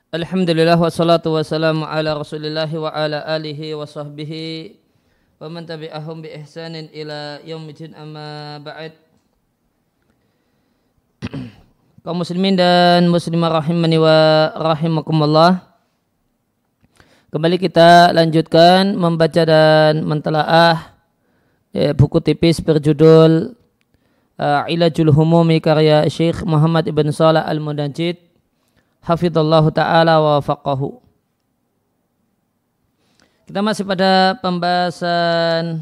Alhamdulillah wassalatu wassalamu ala rasulillah wa ala alihi wa sahbihi wa man tabi'ahum bi ihsanin ila yaumidin amma ba'd. Kaum muslimin dan muslimah rahimani wa rahimakumullah. Kembali kita lanjutkan membaca dan mentelaah buku tipis berjudul Ilajul Humumi karya Syekh Muhammad ibn Shalih al-Munajjid hafidhallahu ta'ala wa wafaqahu. Kita masih pada pembahasan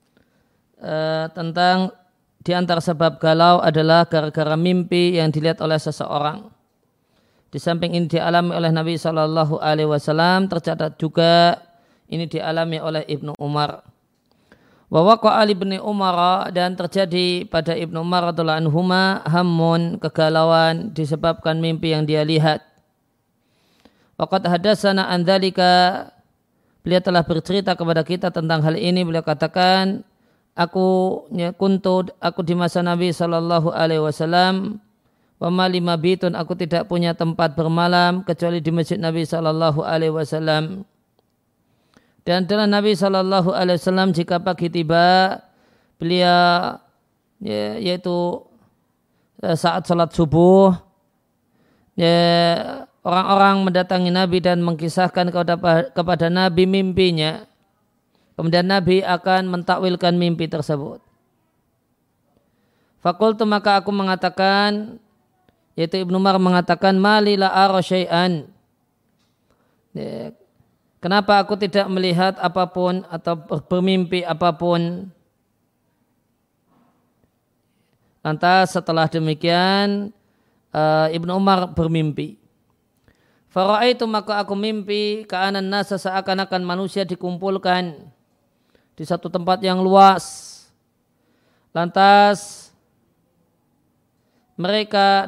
tentang di antara sebab galau adalah gara-gara mimpi yang dilihat oleh seseorang. Di samping ini dialami oleh Nabi SAW, tercatat juga ini dialami oleh Ibnu Umar. Wa waqa'a li Ibnu Umar, dan terjadi pada Ibnu Umar radhiyallahu anhuma hammun, kegalauan disebabkan mimpi yang dia lihat. Waqad hadatsana an dzalika, beliau telah bercerita kepada kita tentang hal ini. Beliau katakan, aku di masa Nabi sallallahu alaihi wasallam, wa ma limabitun, aku tidak punya tempat bermalam kecuali di masjid Nabi sallallahu alaihi wasallam. Dan adalah Nabi sallallahu alaihi wasallam jika pagi tiba, beliau yaitu saat salat subuh, orang-orang mendatangi Nabi dan mengkisahkan kepada Nabi mimpinya. Kemudian Nabi akan mentakwilkan mimpi tersebut. Fakultu, maka aku mengatakan, yaitu Ibnu Umar mengatakan, mali la ara syai'an. Kenapa aku tidak melihat apapun atau bermimpi apapun? Lantas setelah demikian Ibnu Umar bermimpi. Fara'aitu, maka aku mimpi ka'anan nasa, seakan-akan manusia dikumpulkan di satu tempat yang luas. Lantas mereka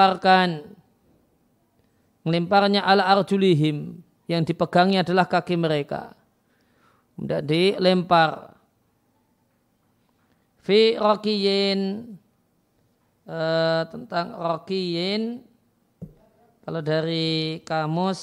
melemparnya ala arjulihim, yang dipegangnya adalah kaki mereka. Kemudian dilempar. Fi raqiyin, tentang raqiyin, kalau dari kamus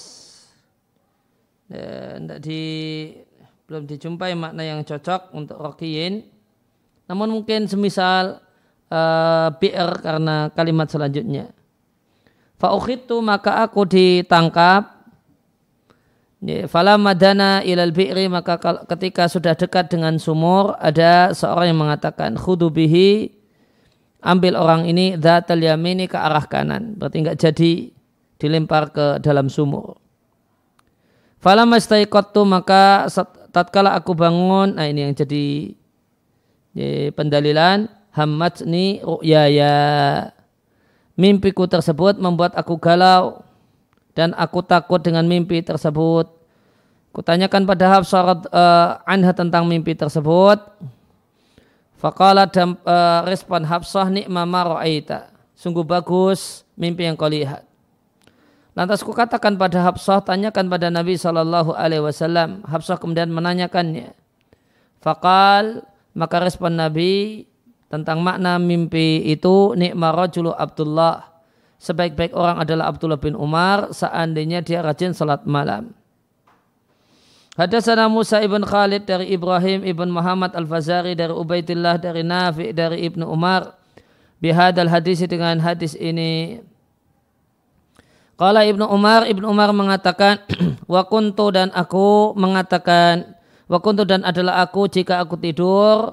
belum dijumpai makna yang cocok untuk raqiyin. Namun mungkin semisal bi'r karena kalimat selanjutnya. Fa ukhidtu, maka aku ditangkap. Fala madana ilal bi'ri, maka ketika sudah dekat dengan sumur, ada seorang yang mengatakan, khudu bihi, ambil orang ini dzatal yamini, ke arah kanan. Berarti enggak jadi dilempar ke dalam sumur. Fala mastaiqattu, maka tatkala aku bangun, nah ini yang jadi pendalilan, hammatni ru'yaya, mimpiku tersebut membuat aku galau dan aku takut dengan mimpi tersebut. Kutanyakan pada Hafsah anha tentang mimpi tersebut. Faqala, respon Hafsah, ni'ma ma ra'aita, sungguh bagus mimpi yang kau lihat. Lantas kukatakan pada Hafsah, tanyakan pada Nabi SAW. Hafsah kemudian menanyakannya. Faqal, maka respon Nabi tentang makna mimpi itu, ni'ma rajulu Abdullah, sebaik-baik orang adalah Abdullah bin Umar seandainya dia rajin salat malam. Hadatsana Musa ibn Khalid dari Ibrahim ibn Muhammad al-Fazari dari Ubaidillah dari Nafi dari Ibnu Umar bihadal hadis, dengan hadis ini. Qala Ibnu Umar mengatakan, wa kuntu, dan aku mengatakan, wa kuntu, dan adalah aku jika aku tidur,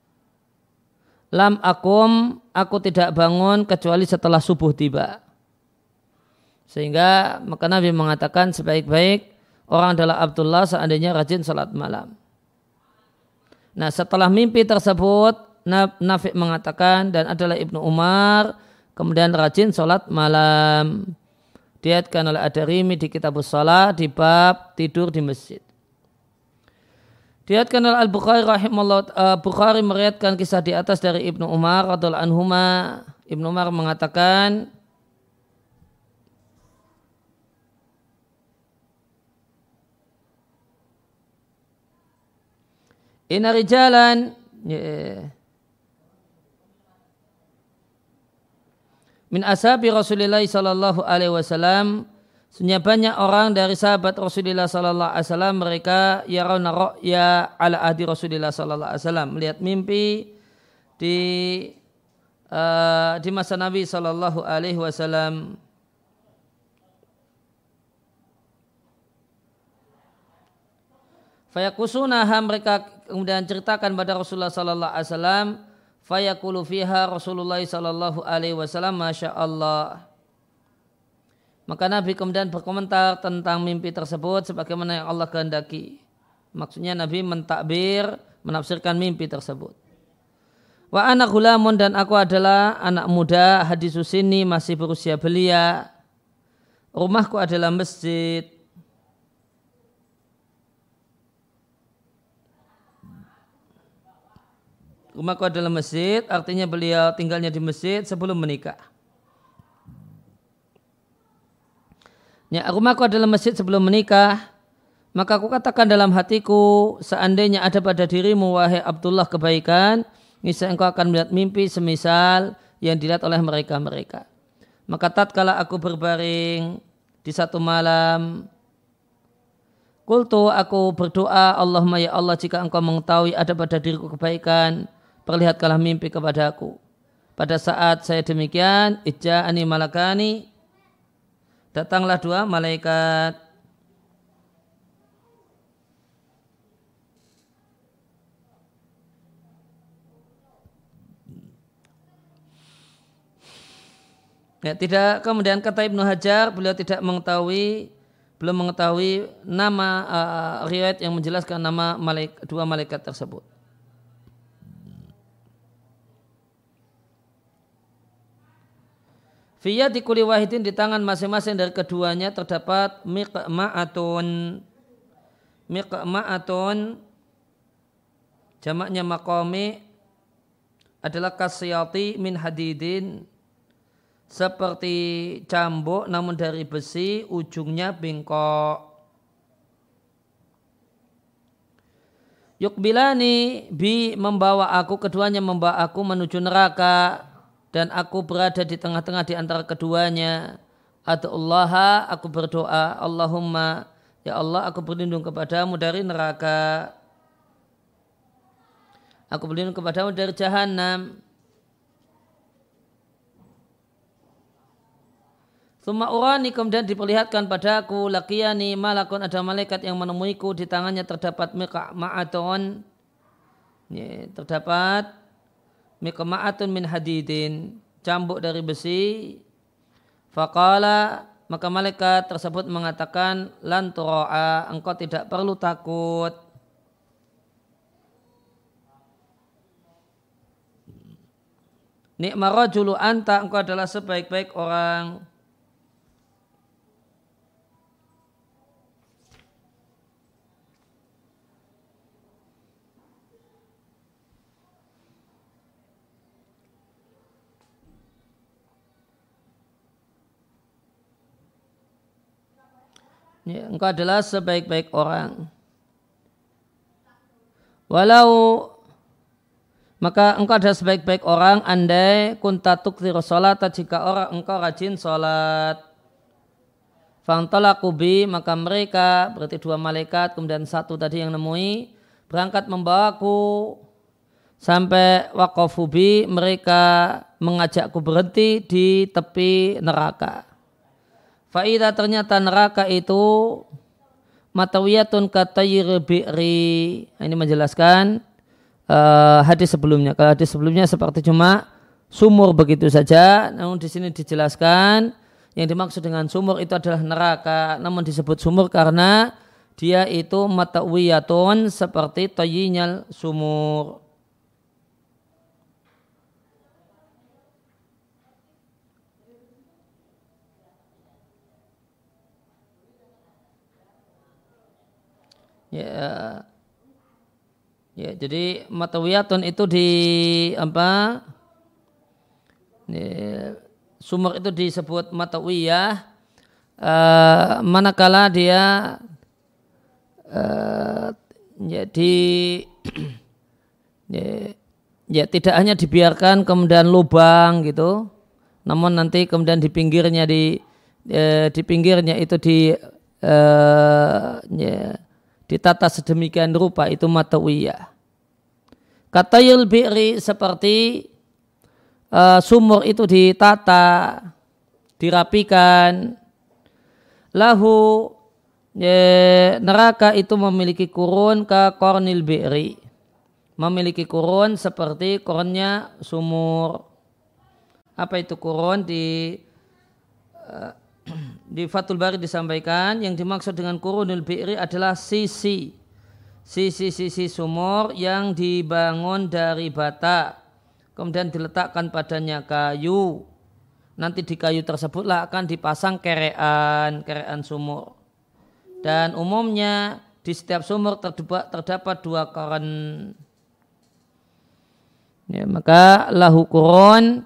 lam akum, aku tidak bangun kecuali setelah subuh tiba. Sehingga maka Nabi mengatakan sebaik-baik orang adalah Abdullah seandainya rajin salat malam. Nah, setelah mimpi tersebut Nafi mengatakan, dan adalah Ibnu Umar kemudian rajin salat malam. Diriwayatkan oleh Ad-Darimi di Kitabus Shalah di bab tidur di masjid. Diriwayatkan oleh Al-Bukhari rahimahullah, Bukhari meriwayatkan kisah di atas dari Ibnu Umar radhiyallahu anhuma. Ibnu Umar mengatakan, inna rijalan min ashabi Rasulillah sallallahu alaihi wasallam, Sesungguhnya banyak orang dari sahabat Rasulullah sallallahu alaihi wasallam mereka yarawna ru'ya ala ahdi Rasulullah sallallahu alaihi wasallam, melihat mimpi di masa Nabi sallallahu alaihi wasallam. Fayakusunaha, mereka kemudian ceritakan pada Rasulullah sallallahu alaihi wasallam. Fayaqulu fiha Rasulullah sallallahu alaihi wasallam masya Allah. Maka Nabi kemudian berkomentar tentang mimpi tersebut sebagaimana yang Allah kehendaki. Maksudnya Nabi mentakbir, menafsirkan mimpi tersebut. Wa ana ghulamun, dan aku adalah anak muda, hadisus sini, masih berusia belia. Rumahku adalah masjid. Rumahku adalah masjid, artinya beliau tinggalnya di masjid sebelum menikah. Ya, rumahku adalah masjid sebelum menikah, maka aku katakan dalam hatiku, seandainya ada pada dirimu wahai Abdullah kebaikan, niscaya engkau akan melihat mimpi semisal yang dilihat oleh mereka-mereka. Maka tatkala aku berbaring di satu malam, qultu, aku berdoa, Allahumma ya Allah, jika engkau mengetahui ada pada diriku kebaikan, perlihatkanlah mimpi kepadaku. Pada saat saya demikian, ijja'ani malakani, datanglah dua malaikat. Ya, tidak, kemudian kata Ibnu Hajar, beliau tidak mengetahui, belum mengetahui nama riwayat yang menjelaskan nama dua malaikat tersebut. Fiyya di kulli wahidin, di tangan masing-masing dari keduanya terdapat miqma'atun. Miqma'atun jamaknya maqami adalah kasyati min hadidin, seperti cambuk namun dari besi, ujungnya bengkok. Yukbilani bi, membawa aku, keduanya membawa aku menuju neraka, dan aku berada di tengah-tengah di antara keduanya. Adu'ullaha, aku berdoa, Allahumma, ya Allah, aku berlindung kepadamu dari neraka. Aku berlindung kepadamu dari jahanam. Tsumma urani, kemudian diperlihatkan padaku, laqiyani malakun, ada malaikat yang menemuiku, di tangannya terdapat miqma'atun, terdapat miqma'atun min hadidin, cambuk dari besi. Faqala, maka malaikat tersebut mengatakan, lan tura'a, engkau tidak perlu takut. Ni'ma rajulu anta, engkau adalah sebaik-baik orang. Ya, engkau adalah sebaik-baik orang. Walau, maka engkau adalah sebaik-baik orang andai kunta tukthiru sholat, jika engkau rajin sholat. Fantalaku bi, maka mereka, berarti dua malaikat, kemudian satu tadi yang nemui, berangkat membawaku sampai waqafu bi, mereka mengajakku berhenti di tepi neraka. Faidah, ternyata neraka itu matawiyatun katayir bi'ri. Ini menjelaskan hadis sebelumnya. Kalau hadis sebelumnya seperti cuma sumur begitu saja, namun di sini dijelaskan yang dimaksud dengan sumur itu adalah neraka. Namun disebut sumur karena dia itu matawiyatun seperti tayinyal sumur. Ya, jadi matawiyatun itu di apa? Sumur itu disebut matawiyah manakala dia jadi ya tidak hanya dibiarkan kemudian lubang gitu, namun nanti kemudian di pinggirnya di pinggirnya itu ditata sedemikian rupa, itu matawiyah. Katayil bi'ri, seperti sumur itu ditata, dirapikan. Lahu, neraka itu memiliki kurun ka kornil bi'ri, memiliki kurun seperti kurunnya sumur. Apa itu kurun? Di Fathul Bari disampaikan yang dimaksud dengan kurunil bi'ri adalah sisi sumur yang dibangun dari bata, kemudian diletakkan padanya kayu. Nanti di kayu tersebutlah akan dipasang kerean sumur. Dan umumnya di setiap sumur terdapat 2 koren. Ya, maka lahu kurun,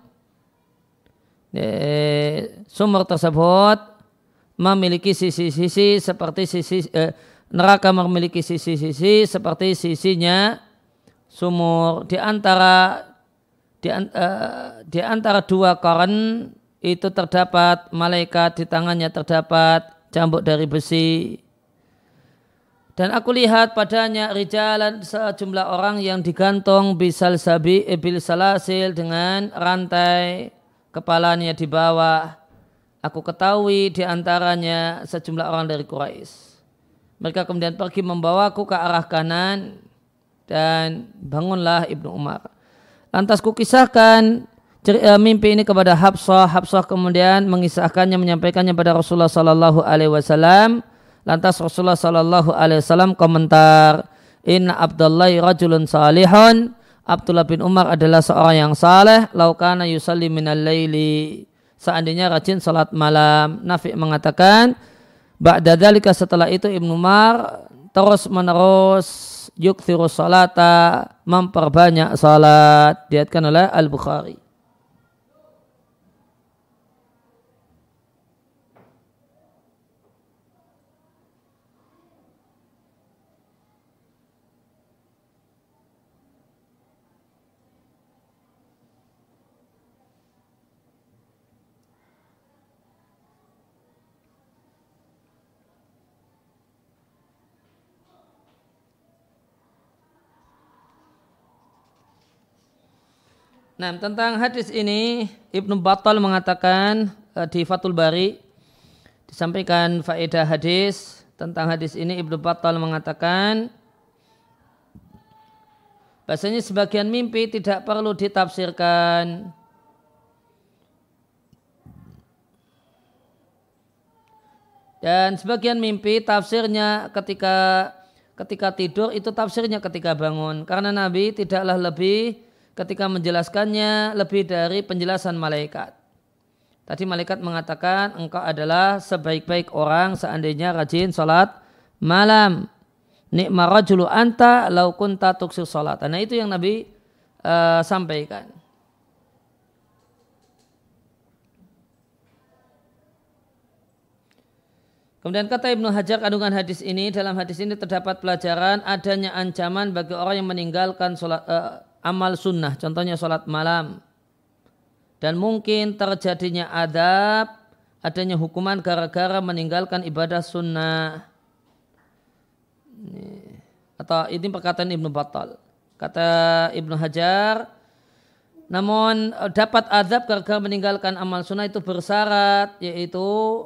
sumur tersebut memiliki sisi-sisi seperti neraka memiliki sisi-sisi seperti sisinya sumur. Di antara 2 koren itu terdapat malaikat, di tangannya terdapat cambuk dari besi. Dan aku lihat padanya rijalan, sejumlah orang yang digantung bil salasil, dengan rantai, kepalanya di bawah. Aku ketahui di antaranya sejumlah orang dari Quraisy. Mereka kemudian pergi membawaku ke arah kanan, dan bangunlah Ibnu Umar. Lantas kukisahkan mimpi ini kepada Hafsah. Hafsah kemudian mengisahkannya, menyampaikannya pada Rasulullah sallallahu alaihi wasallam. Lantas Rasulullah sallallahu alaihi wasallam komentar, "Inna Abdullahi rajulun salihun." Abdullah bin Umar adalah seorang yang saleh. Laukana yusalli minal laili, seandainya rajin salat malam. Nafi' mengatakan, ba'da dzalika, setelah itu Ibnu Umar terus menerus yukthiru salata, memperbanyak salat. Diriwayatkan oleh Al-Bukhari. Nah, tentang hadis ini Ibnu Battal mengatakan di Fathul Bari disampaikan faedah hadis. Tentang hadis ini Ibnu Battal mengatakan bahasanya sebagian mimpi tidak perlu ditafsirkan. Dan sebagian mimpi tafsirnya ketika tidur, itu tafsirnya ketika bangun. Karena Nabi tidaklah lebih ketika menjelaskannya lebih dari penjelasan malaikat. Tadi malaikat mengatakan engkau adalah sebaik-baik orang seandainya rajin salat malam. Ni'ma rajulu anta law kunta tuksir salat. Nah, itu yang Nabi sampaikan. Kemudian kata Ibnu Hajar, kandungan hadis ini, dalam hadis ini terdapat pelajaran adanya ancaman bagi orang yang meninggalkan salat amal sunnah, contohnya sholat malam. Dan mungkin terjadinya adab, adanya hukuman gara-gara meninggalkan ibadah sunnah. Atau ini perkataan Ibnu Battal. Kata Ibnu Hajar, namun dapat adab gara-gara meninggalkan amal sunnah itu bersyarat, yaitu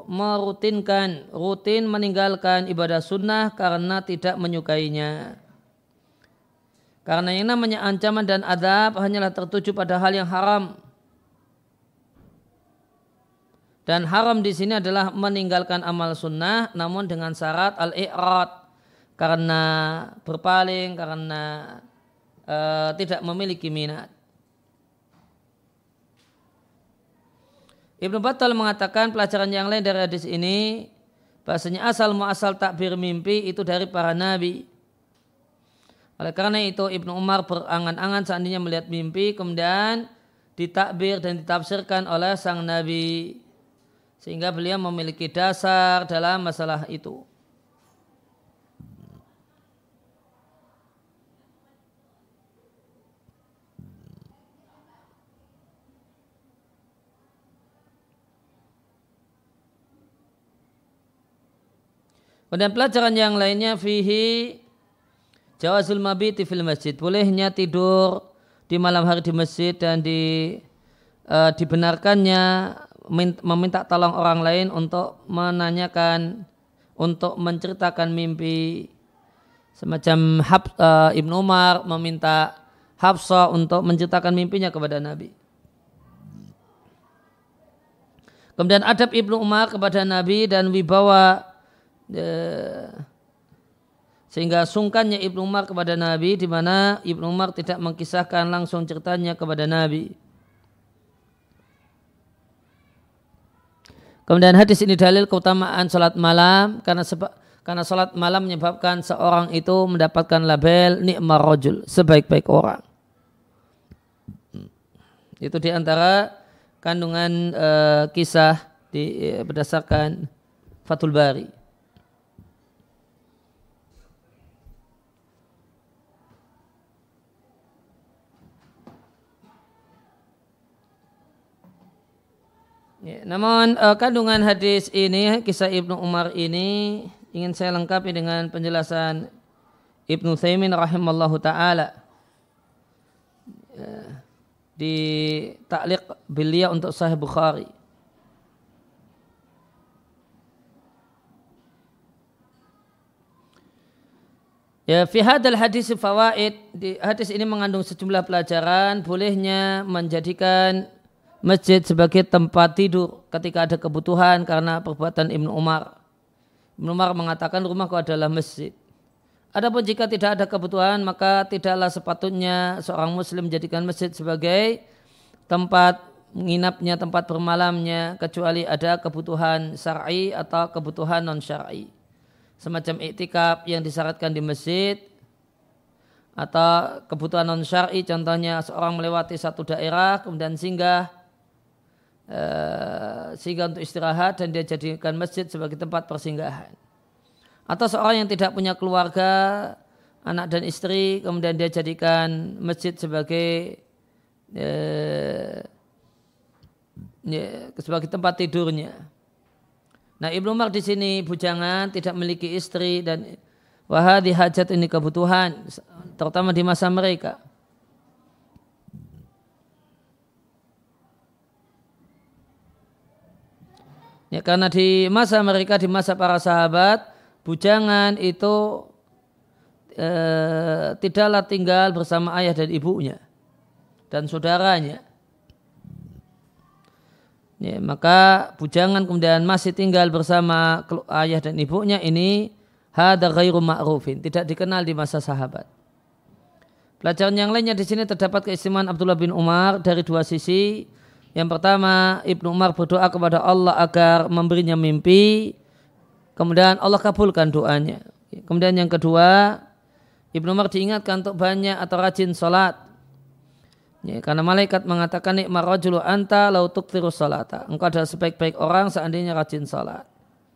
rutin meninggalkan ibadah sunnah karena tidak menyukainya. Karena yang namanya ancaman dan adab hanyalah tertuju pada hal yang haram. Dan haram di sini adalah meninggalkan amal sunnah, namun dengan syarat al-i'rad, karena berpaling, karena tidak memiliki minat. Ibnu Battal mengatakan pelajaran yang lain dari hadis ini, bahasanya asal muasal takbir mimpi itu dari para nabi. Oleh karena itu Ibnu Umar berangan-angan seandainya melihat mimpi kemudian ditakbir dan ditafsirkan oleh sang Nabi, sehingga beliau memiliki dasar dalam masalah itu. Kemudian pelajaran yang lainnya fihi jawazul mabiti fil masjid, bolehnya tidur di malam hari di masjid dan dibenarkannya meminta tolong orang lain untuk menanyakan, untuk menceritakan mimpi. Semacam Ibnu Umar meminta Hafsah untuk menceritakan mimpinya kepada Nabi. Kemudian adab Ibnu Umar kepada Nabi dan wibawa, sehingga sungkannya Ibnu Umar kepada Nabi, di mana Ibnu Umar tidak mengkisahkan langsung ceritanya kepada Nabi. Kemudian hadis ini dalil keutamaan salat malam, karena salat malam menyebabkan seorang itu mendapatkan label ni'mar rajul, sebaik-baik orang. Itu diantara kandungan kisah berdasarkan Fathul Bari. Ya, namun kandungan hadis ini, kisah Ibnu Umar ini ingin saya lengkapi dengan penjelasan Ibnu Utsaimin rahimallahu ta'ala di ta'liq beliau untuk Sahih Bukhari. Ya, fi hadal hadis fawaid, di hadis ini mengandung sejumlah pelajaran bolehnya menjadikan masjid sebagai tempat tidur ketika ada kebutuhan karena perbuatan Ibnu Umar. Ibnu Umar mengatakan rumahku adalah masjid. Adapun jika tidak ada kebutuhan, maka tidaklah sepatutnya seorang muslim menjadikan masjid sebagai tempat menginapnya, tempat bermalamnya, kecuali ada kebutuhan syar'i atau kebutuhan non syar'i. Semacam iktikaf yang disyaratkan di masjid, atau kebutuhan non syar'i, contohnya seorang melewati satu daerah kemudian singgah untuk istirahat dan dia jadikan masjid sebagai tempat persinggahan. Atau seorang yang tidak punya keluarga, anak dan istri, kemudian dia jadikan masjid sebagai tempat tidurnya. Nah, Ibnu Umar di sini bujangan, tidak memiliki istri, dan wahadi hajat, ini kebutuhan terutama di masa mereka. Ya, karena di masa mereka, di masa para sahabat, bujangan itu tidaklah tinggal bersama ayah dan ibunya dan saudaranya. Ya, maka bujangan kemudian masih tinggal bersama ayah dan ibunya, ini hadza ghairu ma'rufin, tidak dikenal di masa sahabat. Pelajaran yang lainnya di sini terdapat keistimewaan Abdullah bin Umar dari dua sisi. Yang pertama, Ibnu Umar berdoa kepada Allah agar memberinya mimpi, kemudian Allah kabulkan doanya. Kemudian yang kedua, Ibnu Umar diingatkan untuk banyak atau rajin salat. Ya, karena malaikat mengatakan ni'mar rajulu anta lau tukthiru salata. Engkau adalah sebaik-baik orang seandainya rajin salat.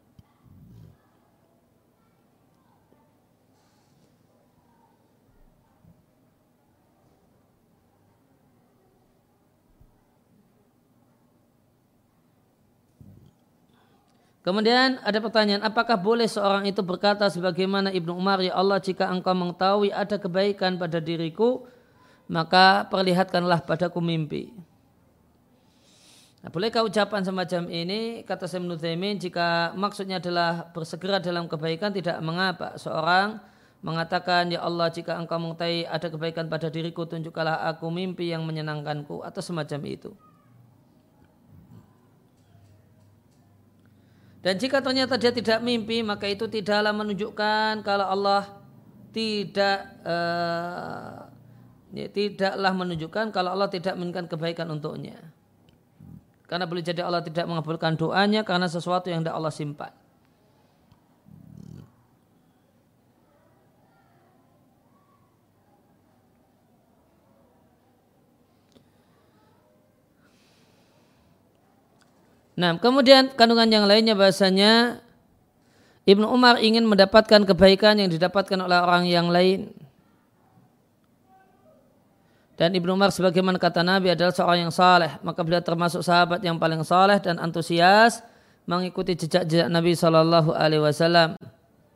Kemudian ada pertanyaan, apakah boleh seorang itu berkata sebagaimana Ibnu Umar, ya Allah, jika engkau mengetahui ada kebaikan pada diriku, maka perlihatkanlah padaku mimpi. Nah, bolehkah ucapan semacam ini? Kata Ibnu Utsaimin, jika maksudnya adalah bersegera dalam kebaikan, tidak mengapa. Seorang mengatakan, ya Allah, jika engkau mengetahui ada kebaikan pada diriku, tunjukkanlah aku mimpi yang menyenangkanku, atau semacam itu. Dan jika ternyata dia tidak mimpi, maka itu tidaklah menunjukkan kalau Allah tidaklah menunjukkan kalau Allah tidak menginginkan kebaikan untuknya. Karena boleh jadi Allah tidak mengabulkan doanya karena sesuatu yang tidak Allah simpan. Nah, kemudian kandungan yang lainnya bahasanya Ibnu Umar ingin mendapatkan kebaikan yang didapatkan oleh orang yang lain. Dan Ibnu Umar sebagaimana kata Nabi adalah seorang yang saleh, maka beliau termasuk sahabat yang paling saleh dan antusias mengikuti jejak-jejak Nabi SAW.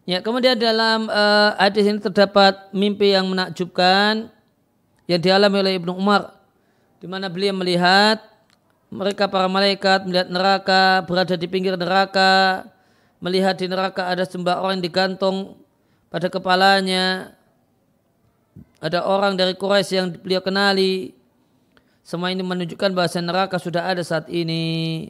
Ya, kemudian dalam hadis ini terdapat mimpi yang menakjubkan yang dialami oleh Ibnu Umar, di mana beliau melihat mereka para malaikat melihat neraka, berada di pinggir neraka, melihat di neraka ada sembah orang yang digantung pada kepalanya, ada orang dari Quraisy yang beliau kenali. Semua ini menunjukkan bahwa neraka sudah ada saat ini.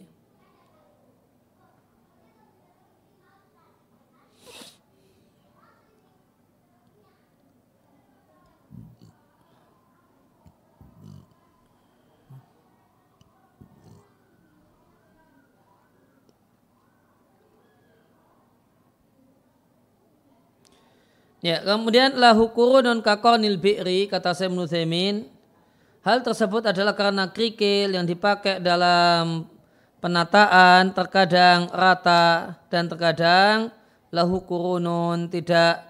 Ya, kemudian lahu qurunun kaqarnil bi'ri, kata Syekh Ibnu Utsaimin. Hal tersebut adalah karena kerikil yang dipakai dalam penataan terkadang rata dan terkadang lahu qurunun tidak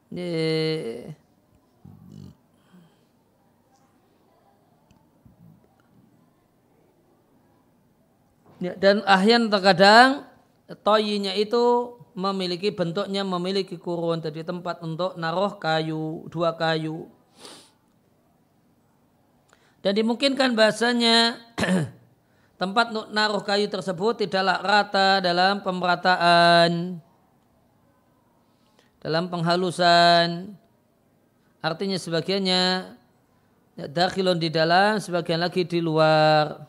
ya, dan ahyan terkadang toyinya itu memiliki bentuknya memiliki kurun, jadi tempat untuk naruh kayu, dua kayu. Dan dimungkinkan bahasanya tempat untuk naruh kayu tersebut tidaklah rata dalam pemerataan, dalam penghalusan. Artinya sebagiannya dakhilun di dalam, sebagian lagi di luar.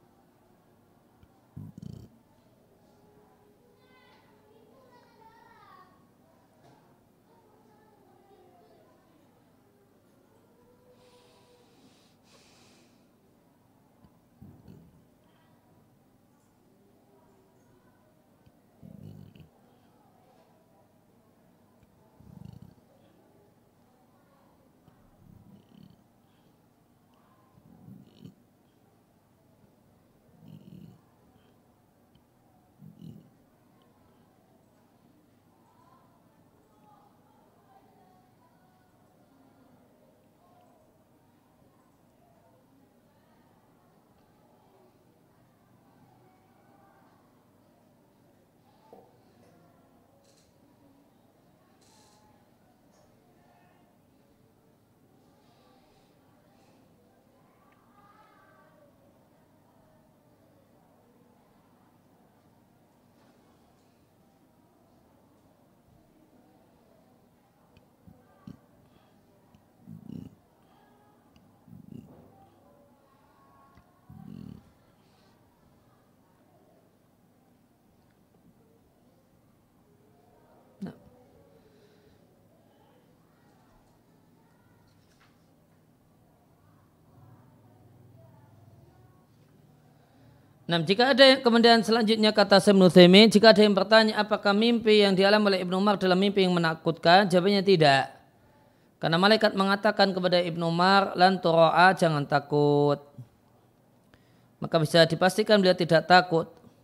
Nah, jika ada yang kemudian selanjutnya kata Syekh Ibnu Utsaimin, jika ada yang bertanya apakah mimpi yang dialami oleh Ibnu Umar adalah mimpi yang menakutkan, jawabannya tidak. Karena malaikat mengatakan kepada Ibnu Umar, lan tura'a, jangan takut. Maka bisa dipastikan beliau tidak takut.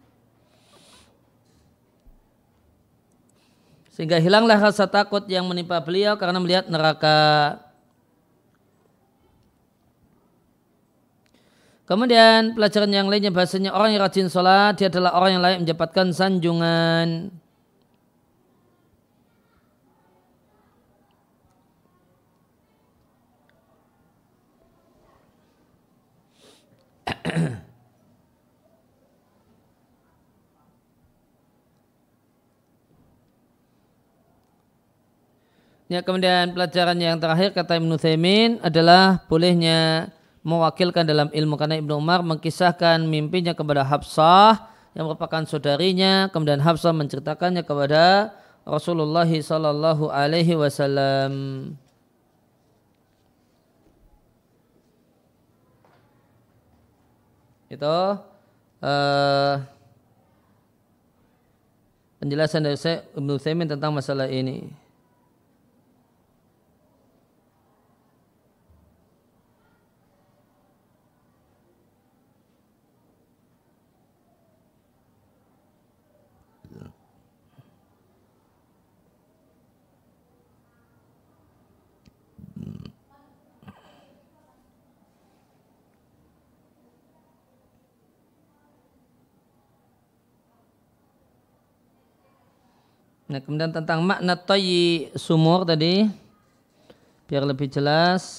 Sehingga hilanglah rasa takut yang menimpa beliau karena melihat neraka. Kemudian pelajaran yang lainnya bahasanya orang yang rajin sholat dia adalah orang yang layak mendapatkan sanjungan. Ya, kemudian pelajaran yang terakhir kata Ibnu Utsaimin adalah bolehnya mewakilkan dalam ilmu, karena Ibnu Umar mengkisahkan mimpinya kepada Hafsah yang merupakan saudarinya, kemudian Hafsah menceritakannya kepada Rasulullah sallallahu alaihi wasallam. Itu penjelasan dari Syekh Ibnu Utsaimin tentang masalah ini. Nah, kemudian tentang makna tayyi sumur tadi biar lebih jelas.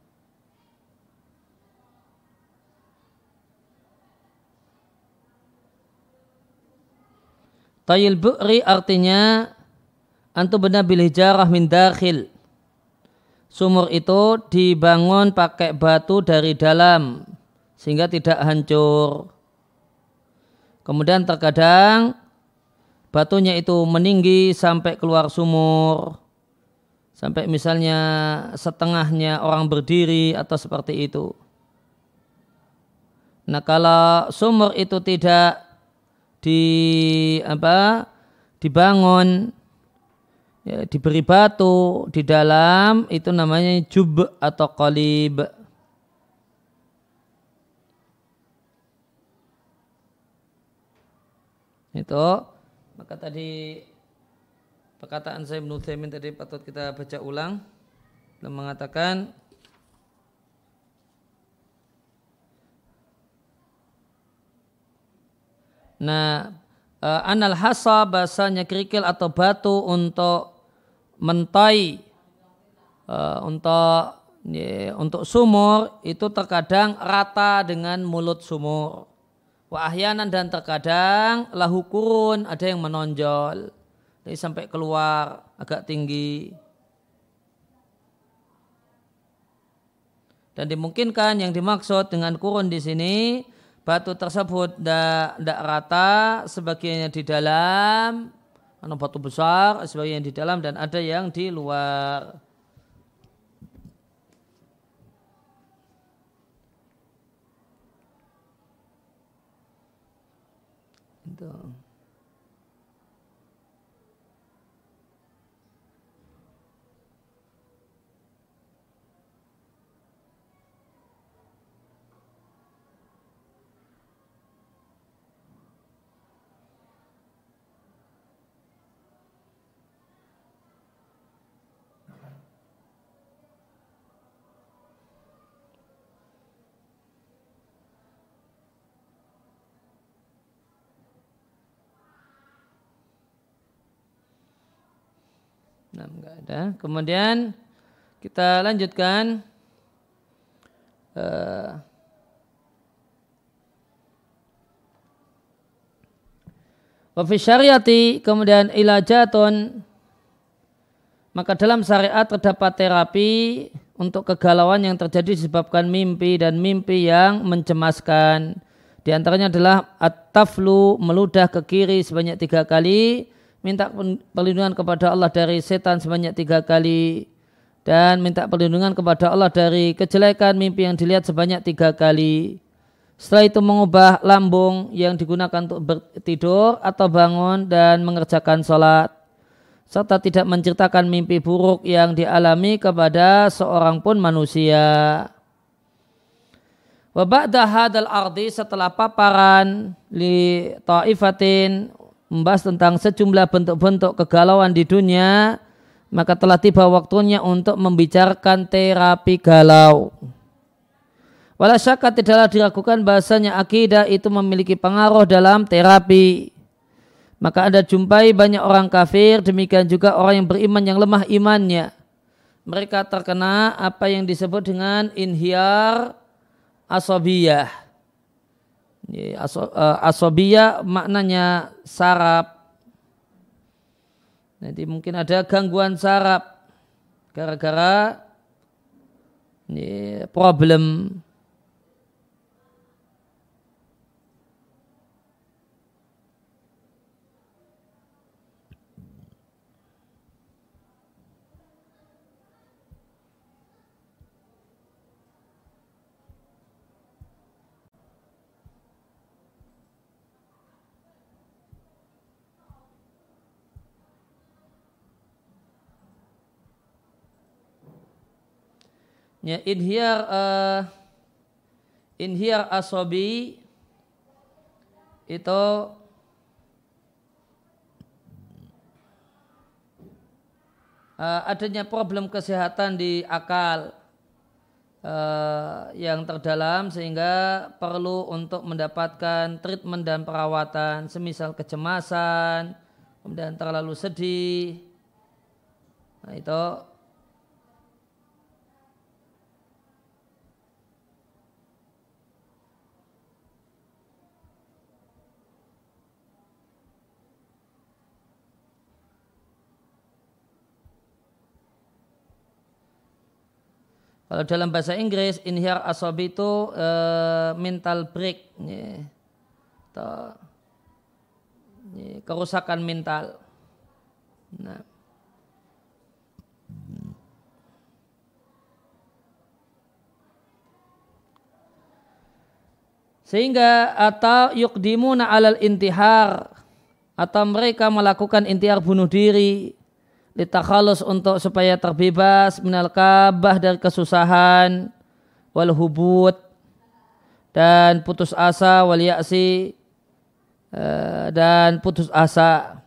Tayyil bu'ri artinya antu bena bil hijarah min dakhil. Sumur itu dibangun pakai batu dari dalam sehingga tidak hancur. Kemudian terkadang batunya itu meninggi sampai keluar sumur. Sampai misalnya setengahnya orang berdiri atau seperti itu. Nah, kalau sumur itu tidak dibangun, ya, diberi batu di dalam, itu namanya jub atau qalib. Itu maka tadi perkataan saya Ibnu Utsaimin tadi patut kita baca ulang. Beliau mengatakan anal hasa bahasanya kerikil atau batu untuk mentai untuk sumur itu terkadang rata dengan mulut sumur. Wa ahyanan dan terkadang lahu kurun ada yang menonjol. Jadi sampai keluar agak tinggi. Dan dimungkinkan yang dimaksud dengan kurun di sini batu tersebut tidak rata, sebagiannya di dalam, batu besar, sebagian di dalam dan ada yang di luar. Itu. Nah, enggak ada. Kemudian kita lanjutkan. Wa fi syariati kemudian ilajatun, maka dalam syariat terdapat terapi untuk kegalauan yang terjadi disebabkan mimpi dan mimpi yang mencemaskan. Di antaranya adalah at-taflu, meludah ke kiri sebanyak 3 kali, minta perlindungan kepada Allah dari setan sebanyak 3 kali, dan minta perlindungan kepada Allah dari kejelekan mimpi yang dilihat sebanyak 3 kali. Setelah itu mengubah lambung yang digunakan untuk tidur atau bangun dan mengerjakan sholat, serta tidak menceritakan mimpi buruk yang dialami kepada seorang pun manusia. Wa ba'da hadal ardi, setelah paparan li ta'ifatin membahas tentang sejumlah bentuk-bentuk kegalauan di dunia, maka telah tiba waktunya untuk membicarakan terapi galau. Wala syakka tidaklah diragukan bahasanya akidah itu memiliki pengaruh dalam terapi. Maka Anda jumpai banyak orang kafir, demikian juga orang yang beriman yang lemah imannya. Mereka terkena apa yang disebut dengan inhiyar asabiyah. Asabiyah maknanya saraf. Nanti mungkin ada gangguan saraf gara-gara problem. Ya, inhiyar asabi itu adanya problem kesehatan di akal yang terdalam sehingga perlu untuk mendapatkan treatment dan perawatan semisal kecemasan, kemudian terlalu sedih. Nah itu kalau dalam bahasa Inggris, inhiyar asabi itu mental break, kerusakan mental. Nah. Sehingga atau yuqdimuna alal intihar, atau mereka melakukan intihar bunuh diri, litakhalus untuk supaya terbebas minal kabah dari kesusahan, wal hubut dan putus asa, wal ya'si dan putus asa.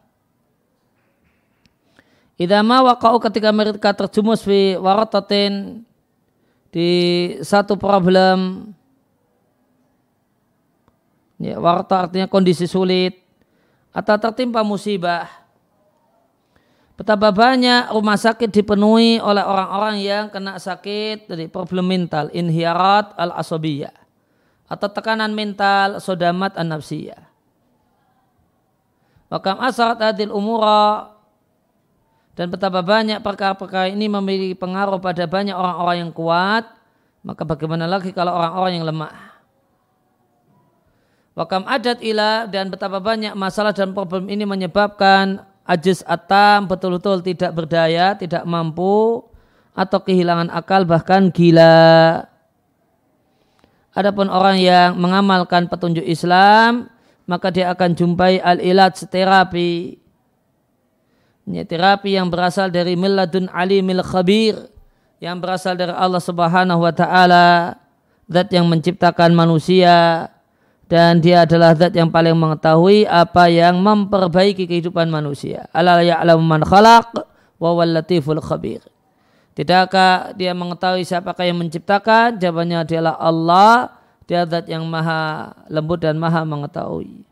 Idza ma waqa'u, ketika mereka terjumus fi waratatin, di satu problem, ya, warata artinya kondisi sulit atau tertimpa musibah. Betapa banyak rumah sakit dipenuhi oleh orang-orang yang kena sakit dari problem mental, inhiyarat al-asabiyah, atau tekanan mental, sodamat an-nafsiyah. Wa kam asarat adil umura, dan betapa banyak perkara-perkara ini memiliki pengaruh pada banyak orang-orang yang kuat, maka bagaimana lagi kalau orang-orang yang lemah. Wa kam adat ila, dan betapa banyak masalah dan problem ini menyebabkan ajiz atam, betul-betul tidak berdaya, tidak mampu, atau kehilangan akal, bahkan gila. Adapun orang yang mengamalkan petunjuk Islam, maka dia akan jumpai al-ilaj, terapi. Ini terapi yang berasal dari milladun alimil khabir, yang berasal dari Allah Subhanahu wa taala, zat yang menciptakan manusia, dan dia adalah zat yang paling mengetahui apa yang memperbaiki kehidupan manusia. Ala ya'lamu man khalaq wa huwal latiful khabir. Tidakkah dia mengetahui siapakah yang menciptakan? Jawabannya adalah Allah. Dia zat yang maha lembut dan maha mengetahui.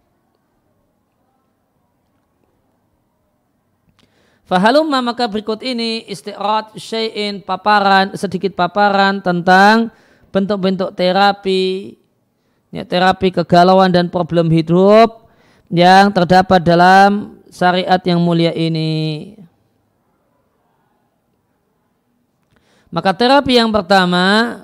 Fahalumma, maka berikut ini isti'rad syai'in, paparan, sedikit paparan tentang bentuk-bentuk terapi, ya, terapi kegalauan dan problem hidup yang terdapat dalam syariat yang mulia ini. Maka terapi yang pertama,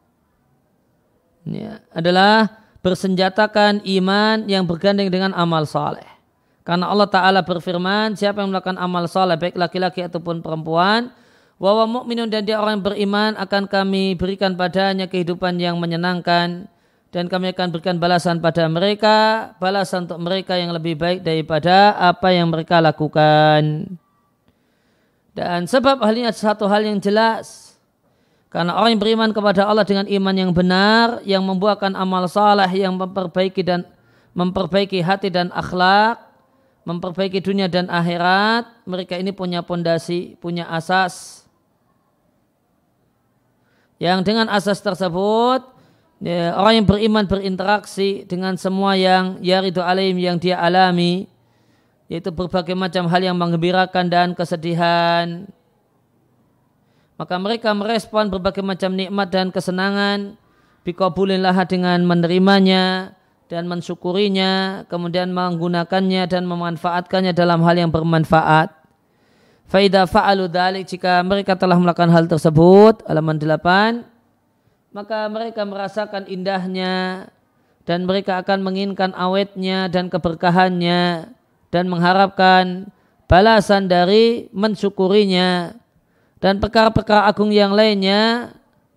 ya, adalah bersenjatakan iman yang bergandeng dengan amal saleh. Karena Allah Ta'ala berfirman, siapa yang melakukan amal saleh, baik laki-laki ataupun perempuan, wa huwa mu'minun, dan dia orang yang beriman, akan kami berikan padanya kehidupan yang menyenangkan, dan kami akan berikan balasan pada mereka, balasan untuk mereka yang lebih baik daripada apa yang mereka lakukan. Dan sebab hal ini satu hal yang jelas, karena orang yang beriman kepada Allah dengan iman yang benar, yang membuahkan amal saleh yang memperbaiki hati dan akhlak, memperbaiki dunia dan akhirat, mereka ini punya pondasi, punya asas. Yang dengan asas tersebut, ya, orang yang beriman berinteraksi dengan semua yang yaridu alaihim, yang dia alami, yaitu berbagai macam hal yang menggembirakan dan kesedihan. Maka mereka merespon berbagai macam nikmat dan kesenangan, biqabulillah, dengan menerimanya dan mensyukurinya, kemudian menggunakannya dan memanfaatkannya dalam hal yang bermanfaat. Faida fa'alu dzalik, jika mereka telah melakukan hal tersebut, halaman 8, maka mereka merasakan indahnya dan mereka akan menginginkan awetnya dan keberkahannya dan mengharapkan balasan dari mensyukurinya dan perkara-perkara agung yang lainnya,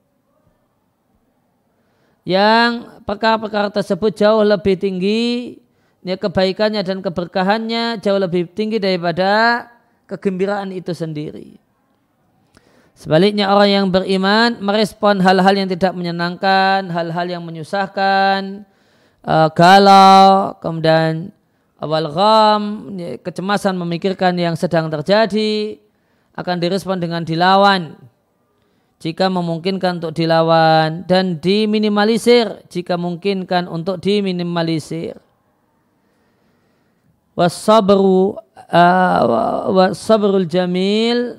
yang perkara-perkara tersebut jauh lebih tinggi, ya, kebaikannya dan keberkahannya jauh lebih tinggi daripada kegembiraan itu sendiri. Sebaliknya orang yang beriman merespon hal-hal yang tidak menyenangkan, hal-hal yang menyusahkan, galau, kemudian awal gham, ya, kecemasan memikirkan yang sedang terjadi, akan direspon dengan dilawan jika memungkinkan untuk dilawan, dan diminimalisir jika memungkinkan untuk diminimalisir. wasabru wasabrul jamil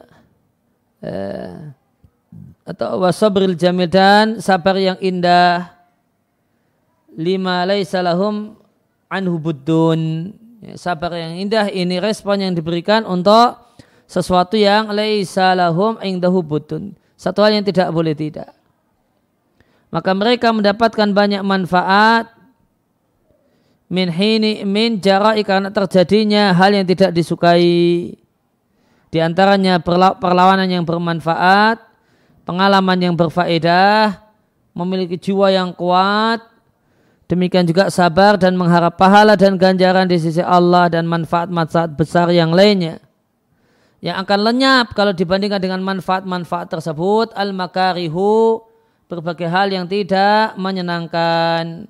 atau wasabrul jamil, dan sabar yang indah, lima laisa lahum anhu buddun. Sabar yang indah ini respon yang diberikan untuk sesuatu yang laisa lahum indahu buddun, satu hal yang tidak boleh tidak. Maka mereka mendapatkan banyak manfaat min jara'i, karena terjadinya hal yang tidak disukai. Di antaranya perlawanan yang bermanfaat, pengalaman yang berfaedah, memiliki jiwa yang kuat, demikian juga sabar dan mengharap pahala dan ganjaran di sisi Allah dan manfaat-manfaat besar yang lainnya yang akan lenyap kalau dibandingkan dengan manfaat-manfaat tersebut. Al-makarihu, berbagai hal yang tidak menyenangkan.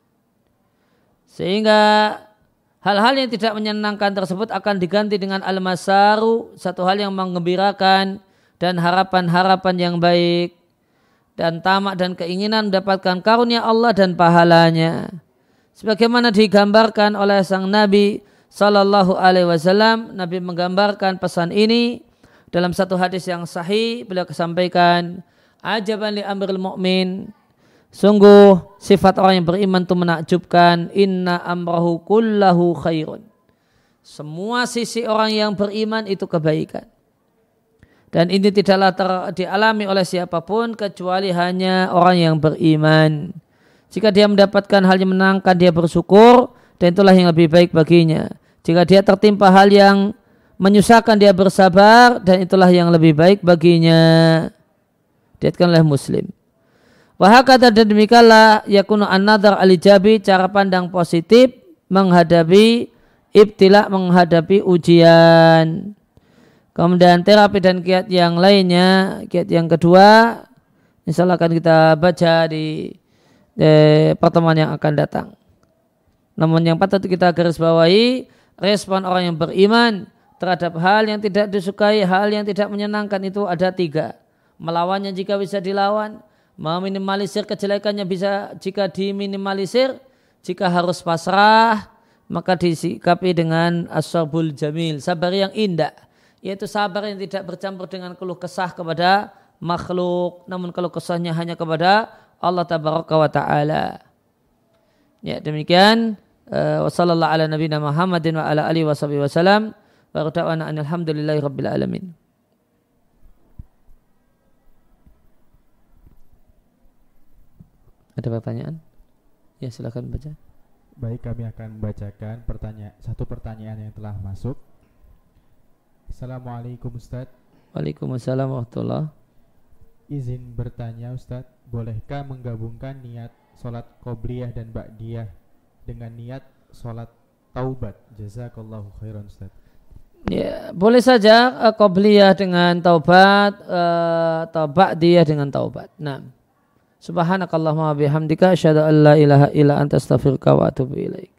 Sehingga hal-hal yang tidak menyenangkan tersebut akan diganti dengan al-masaru, satu hal yang menggembirakan, dan harapan-harapan yang baik, dan tamak dan keinginan mendapatkan karunia Allah dan pahalanya. Sebagaimana digambarkan oleh sang Nabi Sallallahu Alaihi Wasallam, Nabi menggambarkan pesan ini dalam satu hadis yang sahih. Beliau sampaikan, ajaban li amril mu'min, sungguh sifat orang yang beriman itu menakjubkan. Inna amrahu kullahu khairun, semua sisi orang yang beriman itu kebaikan. Dan ini tidaklah dialami oleh siapapun kecuali hanya orang yang beriman. Jika dia mendapatkan hal yang menyenangkan, dia bersyukur, dan itulah yang lebih baik baginya. Jika dia tertimpa hal yang menyusahkan, dia bersabar, dan itulah yang lebih baik baginya. Diriwayatkan oleh Muslim. Wahakata, dan demikianlah yakunu an-nadhar al-ijabi, cara pandang positif menghadapi ibtila, menghadapi ujian. Kemudian terapi dan kiat yang lainnya. Kiat yang kedua insyaallah akan kita baca di pertemuan yang akan datang. Namun yang patut kita garis bawahi, respon orang yang beriman terhadap hal yang tidak disukai, hal yang tidak menyenangkan itu ada 3. Melawannya jika bisa dilawan, meminimalisir kejelekannya bisa jika diminimalisir, jika harus pasrah maka disikapi dengan as-sabrul jamil, sabar yang indah, yaitu sabar yang tidak bercampur dengan keluh kesah kepada makhluk, namun keluh kesahnya hanya kepada Allah tabaraka wa ta'ala. Ya, demikian. Wa sallallahu ala nabiyina Muhammadin wa ala alihi washabihi wasallam. Wa da'wana alhamdulillahi rabbil alamin. Ada pertanyaan? Ya, silakan baca. Baik, kami akan bacakan satu pertanyaan yang telah masuk. Assalamualaikum Ustadz. Waalaikumsalam warahmatullahi. Izin bertanya Ustadz, bolehkah menggabungkan niat sholat qobliyah dan ba'diyah dengan niat sholat taubat? Jazakallahu khairan Ustadz. Ya, boleh saja qobliyah dengan taubat, atau ba'diyah dengan taubat. Nah, subhanakallahumma bihamdika asyhadu an la ilaha illa anta astaghfiruka wa atubu ilaik.